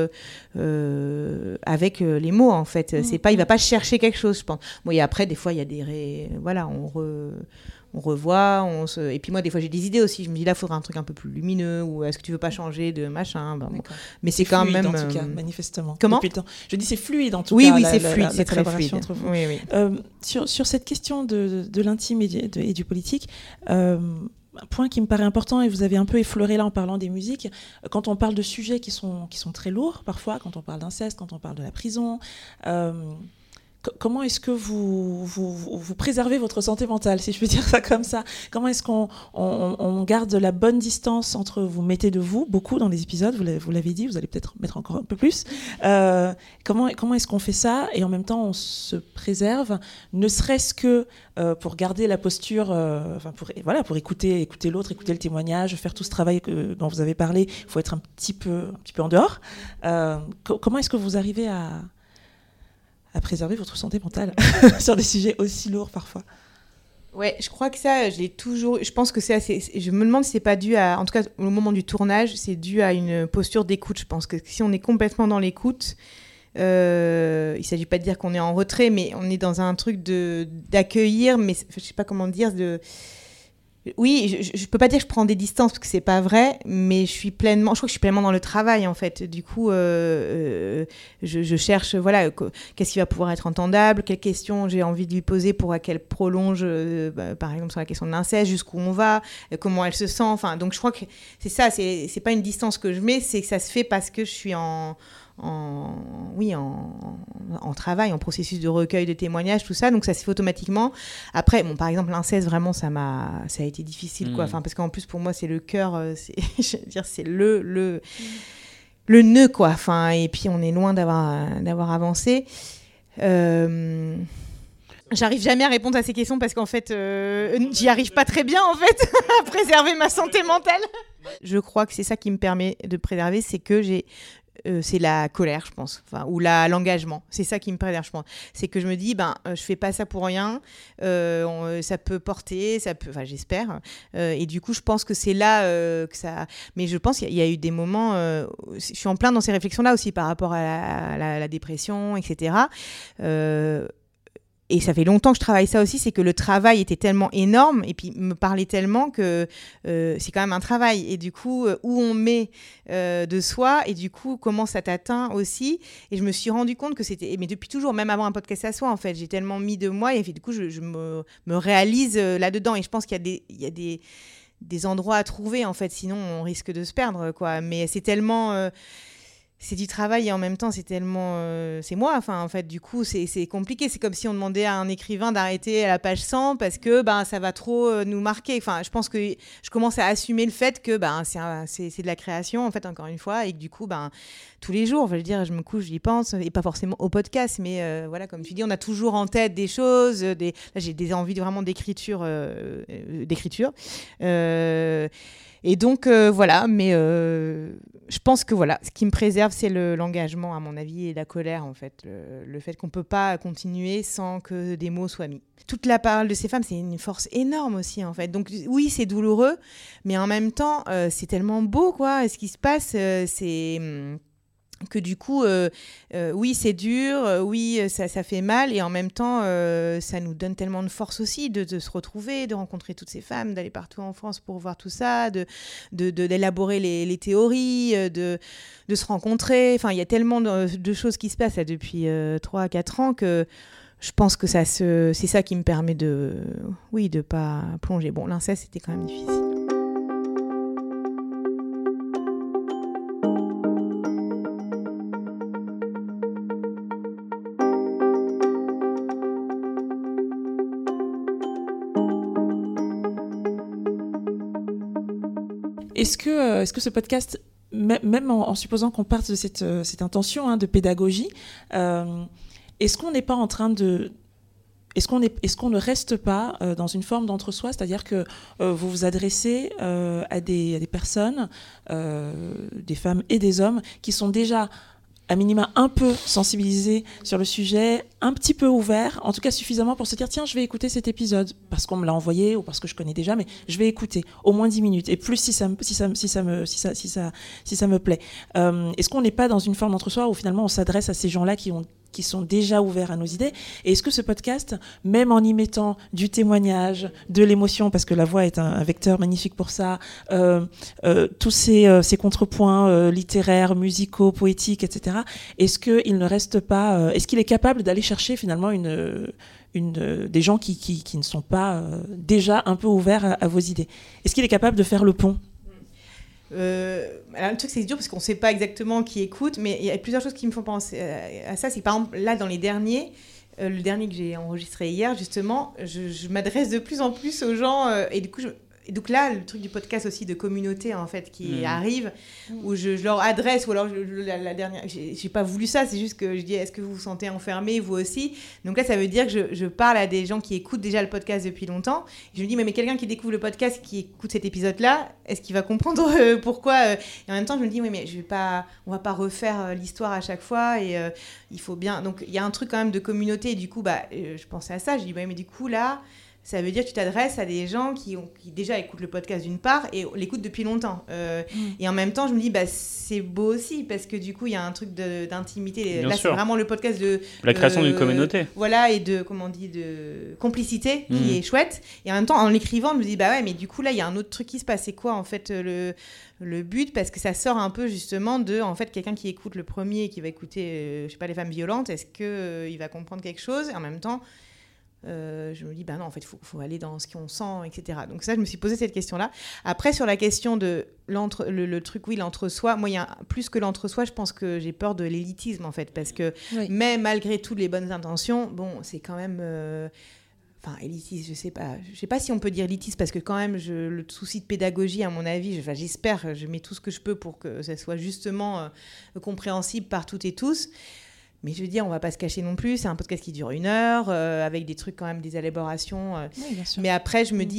avec les mots, en fait. C'est pas, il va pas chercher quelque chose, je pense. Bon, et après, des fois, il y a voilà, on revoit, et puis moi des fois j'ai des idées aussi, je me dis là il faudra un truc un peu plus lumineux ou est-ce que tu veux pas changer de machin, mais c'est quand fluide, même en tout cas, manifestement. Comment je dis c'est fluide en tout cas. Oui, c'est fluide, c'est très fluide entre vous. Oui. Sur cette question de l'intime et du politique, un point qui me paraît important, et vous avez un peu effleuré là en parlant des musiques, quand on parle de sujets qui sont très lourds parfois, quand on parle d'inceste, quand on parle de la prison, comment est-ce que vous préservez votre santé mentale, si je peux dire ça comme ça? Comment est-ce qu'on garde la bonne distance entre vous mettez de vous, beaucoup dans les épisodes, vous l'avez dit, vous allez peut-être mettre encore un peu plus. Comment est-ce qu'on fait ça et en même temps on se préserve, ne serait-ce que pour garder la posture, pour écouter l'autre, écouter le témoignage, faire tout ce travail dont vous avez parlé, il faut être un petit peu en dehors. Comment est-ce que vous arrivez à préserver votre santé mentale sur des sujets aussi lourds parfois? Ouais, je crois que ça, je l'ai toujours. Je pense que c'est assez. Je me demande si c'est pas dû à. En tout cas, au moment du tournage, c'est dû à une posture d'écoute. Je pense que si on est complètement dans l'écoute, il s'agit pas de dire qu'on est en retrait, mais on est dans un truc d'accueillir. Mais je sais pas comment dire. Oui, je peux pas dire que je prends des distances parce que c'est pas vrai, mais je crois que je suis pleinement dans le travail en fait. Du coup, je cherche, voilà, qu'est-ce qui va pouvoir être entendable, quelles questions j'ai envie de lui poser pour qu'elle prolonge, par exemple sur la question de l'inceste, jusqu'où on va, comment elle se sent. Enfin, donc je crois que c'est ça, c'est pas une distance que je mets, c'est que ça se fait parce que je suis en travail, en processus de recueil de témoignages, tout ça, donc ça se fait automatiquement. Après, bon, par exemple, l'inceste, vraiment, ça a été difficile, quoi. Enfin, parce qu'en plus, pour moi, c'est le cœur, je veux dire, c'est le nœud, quoi. Enfin, et puis, on est loin d'avoir avancé. J'arrive jamais à répondre à ces questions parce qu'en fait, j'y arrive pas très bien, en fait, à préserver ma santé mentale. Je crois que c'est ça qui me permet de préserver, c'est que c'est la colère, je pense, ou l'engagement. C'est ça qui me préserve, je pense. C'est que je me dis, je fais pas ça pour rien. Ça peut porter, j'espère. Et du coup, je pense que c'est là que ça. Mais je pense qu'il y a eu des moments. Je suis en plein dans ces réflexions-là aussi par rapport à la dépression, etc. Et ça fait longtemps que je travaille ça aussi, c'est que le travail était tellement énorme et puis me parlait tellement que c'est quand même un travail. Et du coup, où on met de soi et du coup, comment ça t'atteint aussi. Et je me suis rendu compte que c'était... Mais depuis toujours, même avant un podcast à soi, en fait, j'ai tellement mis de moi et du coup, je me réalise là-dedans. Et je pense qu'il y a des endroits à trouver, en fait, sinon on risque de se perdre, quoi. Mais c'est tellement... c'est du travail et en même temps c'est tellement c'est moi, enfin en fait du coup c'est compliqué, c'est comme si on demandait à un écrivain d'arrêter à la page 100 parce que ça va trop nous marquer. Enfin je pense que je commence à assumer le fait que c'est de la création en fait, encore une fois, et que du coup tous les jours, je veux dire, je me couche, j'y pense, et pas forcément au podcast, mais voilà, comme tu dis, on a toujours en tête des choses, là j'ai des envies vraiment d'écriture. Et donc, voilà, mais je pense que voilà, ce qui me préserve, c'est l'engagement, à mon avis, et la colère, en fait. Le fait qu'on ne peut pas continuer sans que des mots soient mis. Toute la parole de ces femmes, c'est une force énorme aussi, en fait. Donc, oui, c'est douloureux, mais en même temps, c'est tellement beau, quoi. Et ce qui se passe, c'est... que du coup, oui, c'est dur, oui, ça fait mal, et en même temps, ça nous donne tellement de force aussi de se retrouver, de rencontrer toutes ces femmes, d'aller partout en France pour voir tout ça, d'élaborer les théories, de se rencontrer. Enfin, il y a tellement de choses qui se passent là, depuis 3 à 4 ans que je pense que c'est ça qui me permet de pas plonger. Bon, l'inceste, c'était quand même difficile. Est-ce que ce podcast, même en supposant qu'on parte de cette intention de pédagogie, est-ce qu'on n'est pas en train de... Est-ce qu'on ne reste pas dans une forme d'entre-soi, c'est-à-dire que vous vous adressez à des personnes, des femmes et des hommes, qui sont déjà à minima un peu sensibilisés sur le sujet, un petit peu ouverts, en tout cas suffisamment pour se dire tiens, je vais écouter cet épisode parce qu'on me l'a envoyé ou parce que je connais déjà, mais je vais écouter au moins 10 minutes et plus si ça me plaît. Est-ce qu'on n'est pas dans une forme d'entre-soi où finalement on s'adresse à ces gens-là qui sont déjà ouverts à nos idées? Et est-ce que ce podcast, même en y mettant du témoignage, de l'émotion, parce que la voix est un vecteur magnifique pour ça, tous ces contrepoints littéraires, musicaux, poétiques, etc., est-ce qu'il ne reste pas... est-ce qu'il est capable d'aller chercher finalement des gens qui ne sont pas déjà un peu ouverts à vos idées? Est-ce qu'il est capable de faire le pont? Alors le truc c'est dur parce qu'on ne sait pas exactement qui écoute, mais il y a plusieurs choses qui me font penser à ça. C'est que par exemple là dans les derniers, le dernier que j'ai enregistré hier, justement, je m'adresse de plus en plus aux gens et du coup, et donc là, le truc du podcast aussi de communauté, en fait, qui arrive, où je leur adresse, ou alors la dernière, j'ai pas voulu ça, c'est juste que je dis, est-ce que vous vous sentez enfermés, vous aussi? Donc là, ça veut dire que je parle à des gens qui écoutent déjà le podcast depuis longtemps. Je me dis, mais quelqu'un qui découvre le podcast, qui écoute cet épisode-là, est-ce qu'il va comprendre pourquoi Et en même temps, je me dis, oui, mais on va pas refaire l'histoire à chaque fois, et il faut bien... Donc, il y a un truc quand même de communauté, et du coup, je pensais à ça, je dis, ouais, mais du coup, là... Ça veut dire que tu t'adresses à des gens qui déjà écoutent le podcast d'une part et l'écoutent depuis longtemps. Et en même temps, je me dis, c'est beau aussi parce que du coup, il y a un truc d'intimité. Bien là, sûr. C'est vraiment le podcast de... La création d'une communauté. Voilà, et de complicité qui est chouette. Et en même temps, en l'écrivant, je me dis, ouais, mais du coup, là, il y a un autre truc qui se passe. C'est quoi, en fait, le but? Parce que ça sort un peu, justement, de, en fait, quelqu'un qui écoute le premier et qui va écouter, je sais pas, les femmes violentes. Est-ce qu'il va comprendre quelque chose? Et en même temps... je me dis, non, en fait, il faut aller dans ce qu'on sent, etc. Donc ça, je me suis posé cette question-là. Après, sur la question de le truc, oui, l'entre-soi, moi, il y a plus que l'entre-soi, je pense que j'ai peur de l'élitisme, en fait, parce que même malgré toutes les bonnes intentions, c'est quand même... élitiste, je sais pas si on peut dire élitiste, parce que quand même, le souci de pédagogie, à mon avis, j'espère, je mets tout ce que je peux pour que ça soit justement compréhensible par toutes et tous. Mais je veux dire, on va pas se cacher non plus. C'est un podcast qui dure 1 heure, avec des trucs quand même, des élaborations. Oui, bien sûr. Mais après, je me dis,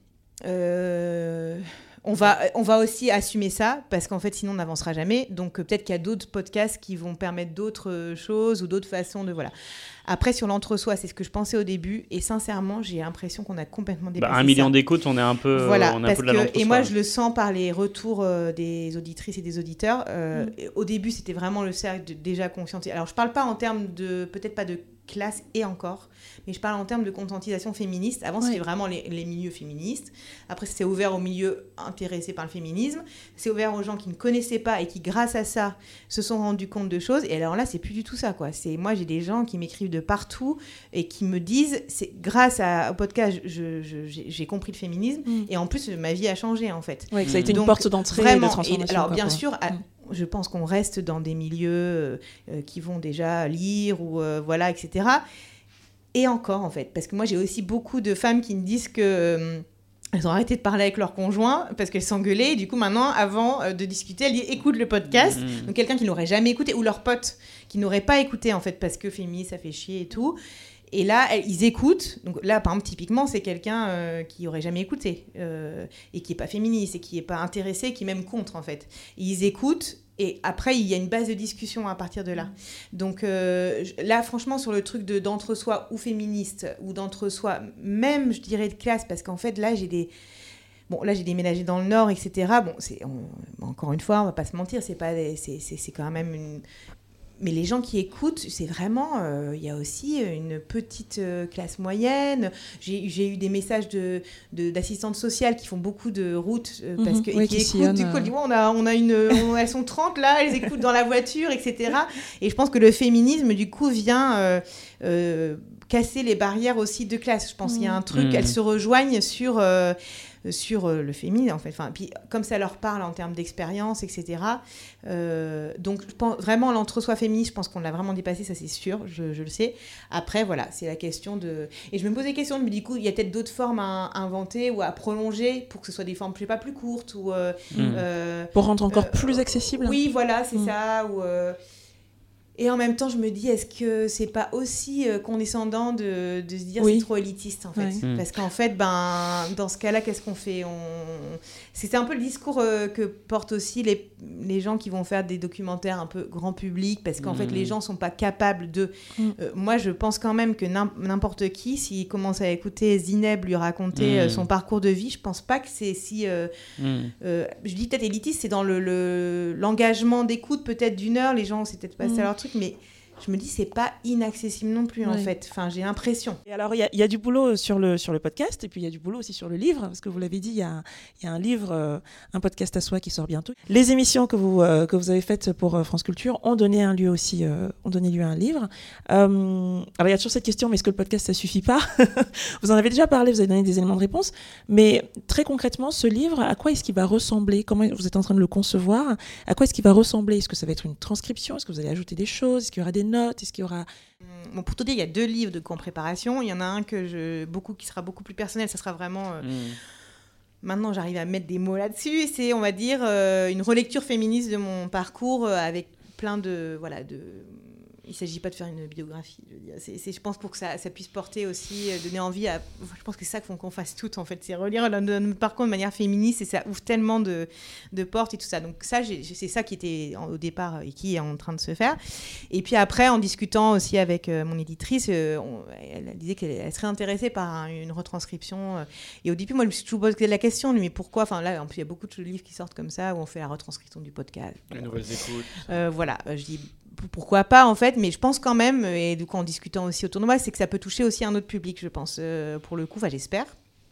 on va aussi assumer ça, parce qu'en fait, sinon, on n'avancera jamais. Donc, peut-être qu'il y a d'autres podcasts qui vont permettre d'autres choses ou d'autres façons de... Voilà. Après, sur l'entre-soi, c'est ce que je pensais au début. Et sincèrement, j'ai l'impression qu'on a complètement dépassé 1 million d'écoutes, on est un peu, voilà, on est un peu de la l'entre-soi. Et moi, je le sens par les retours des auditrices et des auditeurs. Au début, c'était vraiment le cercle déjà conscientisé. Alors, je parle pas en termes de... Peut-être pas de classe et encore, mais je parle en termes de conscientisation féministe. Avant, c'était vraiment les milieux féministes. Après, c'est ouvert aux milieux intéressés par le féminisme. C'est ouvert aux gens qui ne connaissaient pas et qui, grâce à ça, se sont rendus compte de choses. Et alors là, c'est plus du tout ça, quoi. Moi, j'ai des gens qui m'écrivent de partout et qui me disent, c'est grâce au podcast, j'ai compris le féminisme. Et en plus, ma vie a changé, en fait. Oui, ça a été une porte d'entrée vraiment, de transformation. Alors, bien sûr... Je pense qu'on reste dans des milieux qui vont déjà lire ou voilà, etc. Et encore, en fait, parce que moi, j'ai aussi beaucoup de femmes qui me disent que elles ont arrêté de parler avec leur conjoint parce qu'elles s'engueulaient. Et du coup, maintenant, avant de discuter, elles disent écoute le podcast. Donc, quelqu'un qui n'aurait jamais écouté, ou leur pote qui n'aurait pas écouté, en fait, parce que féministe, ça fait chier et tout. Et là, ils écoutent. Donc là, par exemple, typiquement, c'est quelqu'un qui n'aurait jamais écouté et qui n'est pas féministe et qui n'est pas intéressé, qui est même contre, en fait. Et ils écoutent et après, il y a une base de discussion à partir de là. Donc là, franchement, sur le truc d'entre-soi ou féministe ou d'entre-soi, même, je dirais, de classe, parce qu'en fait, là, j'ai déménagé dans le Nord, etc. Encore une fois, on ne va pas se mentir, c'est quand même une... Mais les gens qui écoutent, c'est vraiment... Il y a aussi une petite classe moyenne. J'ai eu des messages d'assistantes sociales qui font beaucoup de routes parce que, et qui écoutent. Du coup, elles disent, elles sont 30 là, elles écoutent dans la voiture, etc. Et je pense que le féminisme, du coup, vient casser les barrières aussi de classe. Je pense qu'il y a un truc, elles se rejoignent sur le féminin, en fait. Puis, comme ça leur parle en termes d'expérience, etc. Donc, je pense, vraiment, l'entre-soi féministe, je pense qu'on l'a vraiment dépassé, ça c'est sûr, je le sais. Après, voilà, c'est la question de... Et je me pose des questions, du coup, il y a peut-être d'autres formes à inventer ou à prolonger pour que ce soit des formes, je sais pas, plus courtes ou... pour rendre encore plus accessible. Oui, voilà, c'est ça, ou... Et en même temps, je me dis, est-ce que c'est pas aussi condescendant de se dire c'est trop élitiste, en fait. Parce qu'en fait, dans ce cas-là, qu'est-ce qu'on fait ? C'est un peu le discours que portent aussi les gens qui vont faire des documentaires un peu grand public, parce qu'en fait, les gens sont pas capables de... moi, je pense quand même que n'importe qui, s'il commence à écouter Zineb lui raconter son parcours de vie, je pense pas que c'est si... je dis peut-être élitiste, c'est dans l'engagement d'écoute peut-être d'1 heure, les gens, c'est peut-être passé à leur truc, mais je me dis c'est pas inaccessible non plus en fait. Enfin, j'ai l'impression. Et alors il y a du boulot sur le podcast et puis il y a du boulot aussi sur le livre parce que vous l'avez dit, il y a un livre, un podcast à soi qui sort bientôt. Les émissions que vous avez faites pour France Culture ont donné lieu aussi ont donné lieu à un livre. Alors il y a toujours cette question, mais est-ce que le podcast ça suffit pas ? Vous en avez déjà parlé, vous avez donné des éléments de réponse, mais très concrètement ce livre, à quoi est-ce qu'il va ressembler ? Comment vous êtes en train de le concevoir ? À quoi est-ce qu'il va ressembler ? Est-ce que ça va être une transcription ? Est-ce que vous allez ajouter des choses ? Est-ce qu'il y aura des notes? Est-ce qu'il y aura... Bon, pour te dire, il y a 2 livres de préparation. Il y en a un qui sera beaucoup plus personnel. Ça sera vraiment... Maintenant, j'arrive à mettre des mots là-dessus. C'est, on va dire, une relecture féministe de mon parcours avec plein de... Il ne s'agit pas de faire une biographie. Je veux dire. Je pense pour que ça puisse porter aussi, donner envie à... Je pense que c'est ça qu'on fasse toutes, en fait. C'est relire notre parcours de manière féministe et ça ouvre tellement de portes et tout ça. Donc ça, c'est ça qui était au départ et qui est en train de se faire. Et puis après, en discutant aussi avec mon éditrice, elle disait qu'elle serait intéressée par une retranscription. Et au début, moi, je me suis toujours posé la question, mais pourquoi? Enfin, là, en plus, il y a beaucoup de livres qui sortent comme ça où on fait la retranscription du podcast. Les nouvelles écoutes. Voilà, je dis... Pourquoi pas en fait, mais je pense quand même, et du coup en discutant aussi autour de moi, c'est que ça peut toucher aussi un autre public, je pense, pour le coup, j'espère.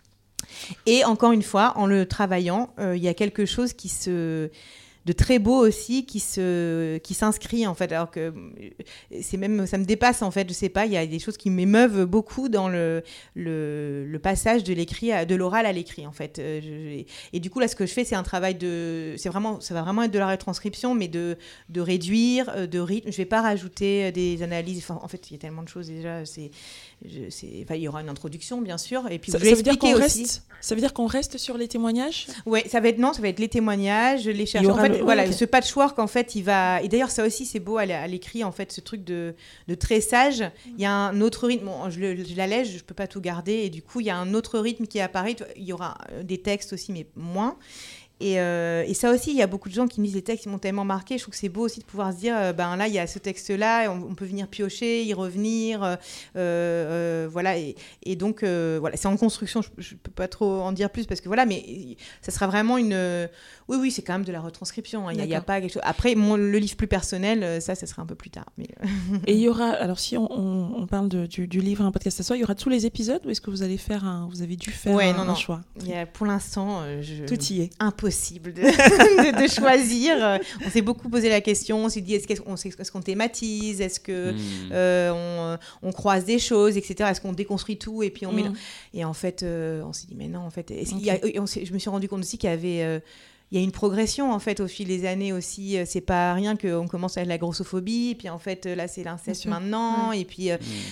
Et encore une fois, en le travaillant, il y a quelque chose de très beau aussi qui s'inscrit en fait, alors que c'est même, ça me dépasse en fait, je sais pas, il y a des choses qui m'émeuvent beaucoup dans le passage de l'oral à l'écrit en fait. Et du coup là, ce que je fais, c'est un travail ça va vraiment être de la retranscription, mais de réduire, de rythme. Je vais pas rajouter des analyses. Enfin, en fait, il y a tellement de choses déjà. Il y aura une introduction bien sûr, et puis ça veut dire qu'on reste. Ça veut dire qu'on reste sur les témoignages? Ouais, ça va être les témoignages, les chercheurs. En fait, ce patchwork, en fait, il va... Et d'ailleurs, ça aussi, c'est beau à l'écrit, en fait, ce truc de tressage. Il y a un autre rythme. Bon, je l'allège, je ne peux pas tout garder. Et du coup, il y a un autre rythme qui apparaît. Il y aura des textes aussi, mais moins. Et ça aussi, il y a beaucoup de gens qui me disent les textes, ils m'ont tellement marqué. Je trouve que c'est beau aussi de pouvoir se dire, là, il y a ce texte-là, on peut venir piocher, y revenir. Voilà. Et donc, voilà, c'est en construction. Je ne peux pas trop en dire plus parce que voilà, mais ça sera vraiment une... Oui, c'est quand même de la retranscription. Il n'y a pas quelque chose... Après, le livre plus personnel, ça sera un peu plus tard. Mais... Et il y aura... Alors, si on parle du livre, un podcast à soi, il y aura tous les épisodes ou est-ce que vous allez vous avez dû faire un choix? Pour l'instant, tout y est. Impossible de choisir. On s'est beaucoup posé la question. On s'est dit, est-ce qu'on thématise? Est-ce que on croise des choses, etc. Est-ce qu'on déconstruit tout et puis on met... Et en fait, on s'est dit, mais non, en fait... Je me suis rendu compte aussi qu'il y avait... Il y a une progression en fait au fil des années aussi. C'est pas rien qu'on commence avec la grossophobie, puis en fait là c'est l'inceste maintenant, et puis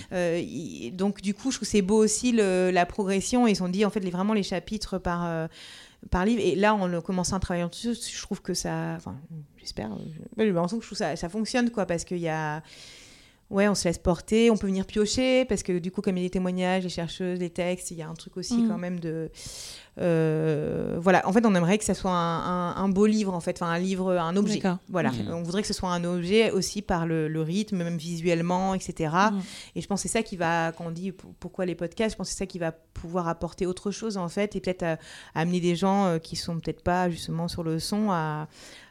donc du coup je trouve que c'est beau aussi la progression. Et ils ont dit en fait vraiment les chapitres par livre. Et là en commençant à travailler dessus, je trouve que ça, enfin j'espère, j'ai l'impression que je trouve ça fonctionne quoi, parce qu'il y a... Ouais, on se laisse porter, on peut venir piocher, parce que du coup, comme il y a des témoignages, les chercheuses, les textes, il y a un truc aussi quand même de... voilà, en fait, on aimerait que ça soit un beau livre, en fait, enfin un livre, un objet. D'accord. Voilà, on voudrait que ce soit un objet aussi par le rythme, même visuellement, etc. Et je pense que c'est ça qui va, quand on dit pourquoi les podcasts, je pense que c'est ça qui va pouvoir apporter autre chose, en fait, et peut-être amener des gens qui sont peut-être pas justement sur le son à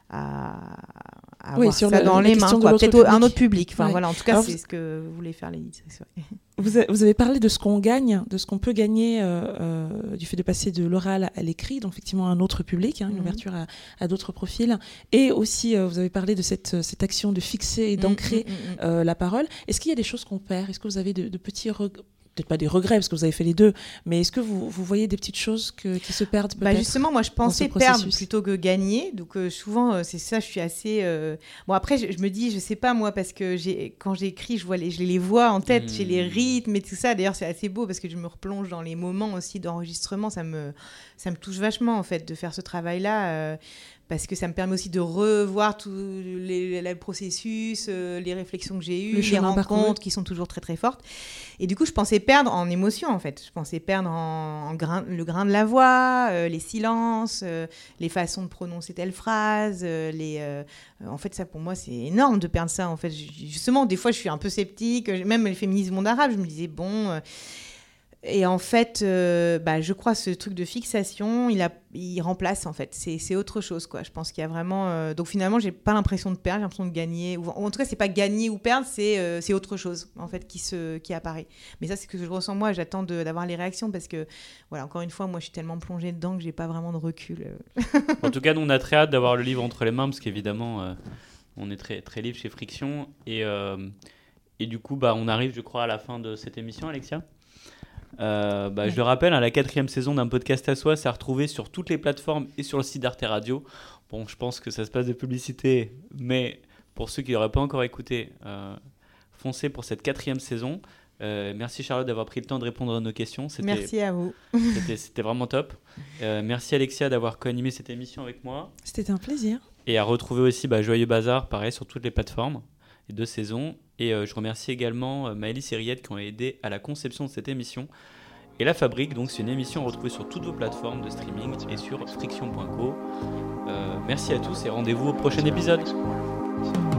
avoir ça dans les mains, quoi. Peut-être un autre public. Enfin, voilà, en tout cas, alors, c'est ce que vous voulez faire l'éditrice. Vous avez parlé de ce qu'on gagne, de ce qu'on peut gagner du fait de passer de l'oral à l'écrit, donc effectivement un autre public, une ouverture à d'autres profils. Et aussi, vous avez parlé de cette action de fixer et d'ancrer la parole. Est-ce qu'il y a des choses qu'on perd? Est-ce que vous avez de petits peut-être pas des regrets parce que vous avez fait les deux, mais est-ce que vous voyez des petites choses qui se perdent peut-être? Justement, moi je pensais perdre plutôt que gagner, donc souvent c'est ça, je suis assez... Bon après je me dis, je sais pas moi, parce que quand j'écris, je les vois en tête, j'ai les rythmes et tout ça, d'ailleurs c'est assez beau parce que je me replonge dans les moments aussi d'enregistrement, ça me touche vachement en fait de faire ce travail-là, parce que ça me permet aussi de revoir tout le processus, les réflexions que j'ai eues, les rencontres qui sont toujours très très fortes. Et du coup, je pensais perdre en émotion, en fait. Je pensais perdre le grain de la voix, les silences, les façons de prononcer telle phrase. En fait, ça, pour moi, c'est énorme de perdre ça. En fait, justement, des fois, je suis un peu sceptique. Même les féminismes monde arabe, je me disais, bon... Et en fait, je crois que ce truc de fixation, il remplace en fait. C'est autre chose, quoi. Je pense qu'il y a vraiment... Donc finalement, j'ai pas l'impression de perdre, j'ai l'impression de gagner. Ou en tout cas, c'est pas gagner ou perdre, c'est autre chose en fait qui apparaît. Mais ça, c'est ce que je ressens moi. J'attends d'avoir les réactions parce que, voilà, encore une fois, moi, je suis tellement plongée dedans que j'ai pas vraiment de recul. En tout cas, nous, on a très hâte d'avoir le livre entre les mains parce qu'évidemment, on est très très libre chez Friction et du coup, on arrive, je crois, à la fin de cette émission, Alexia. Je le rappelle, la 4e saison d'un podcast à soi s'est retrouvée sur toutes les plateformes et sur le site d'Arte Radio. Bon, je pense que ça se passe de publicité, mais pour ceux qui n'auraient pas encore écouté, foncez pour cette 4e saison. Merci Charlotte d'avoir pris le temps de répondre à nos questions. Merci à vous. C'était vraiment top. Merci Alexia d'avoir co-animé cette émission avec moi. C'était un plaisir. Et à retrouver aussi Joyeux Bazar, pareil, sur toutes les plateformes, les 2 saisons. Et je remercie également Maëlys et Riette qui ont aidé à la conception de cette émission. Et La Fabrique, donc c'est une émission retrouvée sur toutes vos plateformes de streaming et sur friction.co. Merci à tous et rendez-vous au prochain épisode.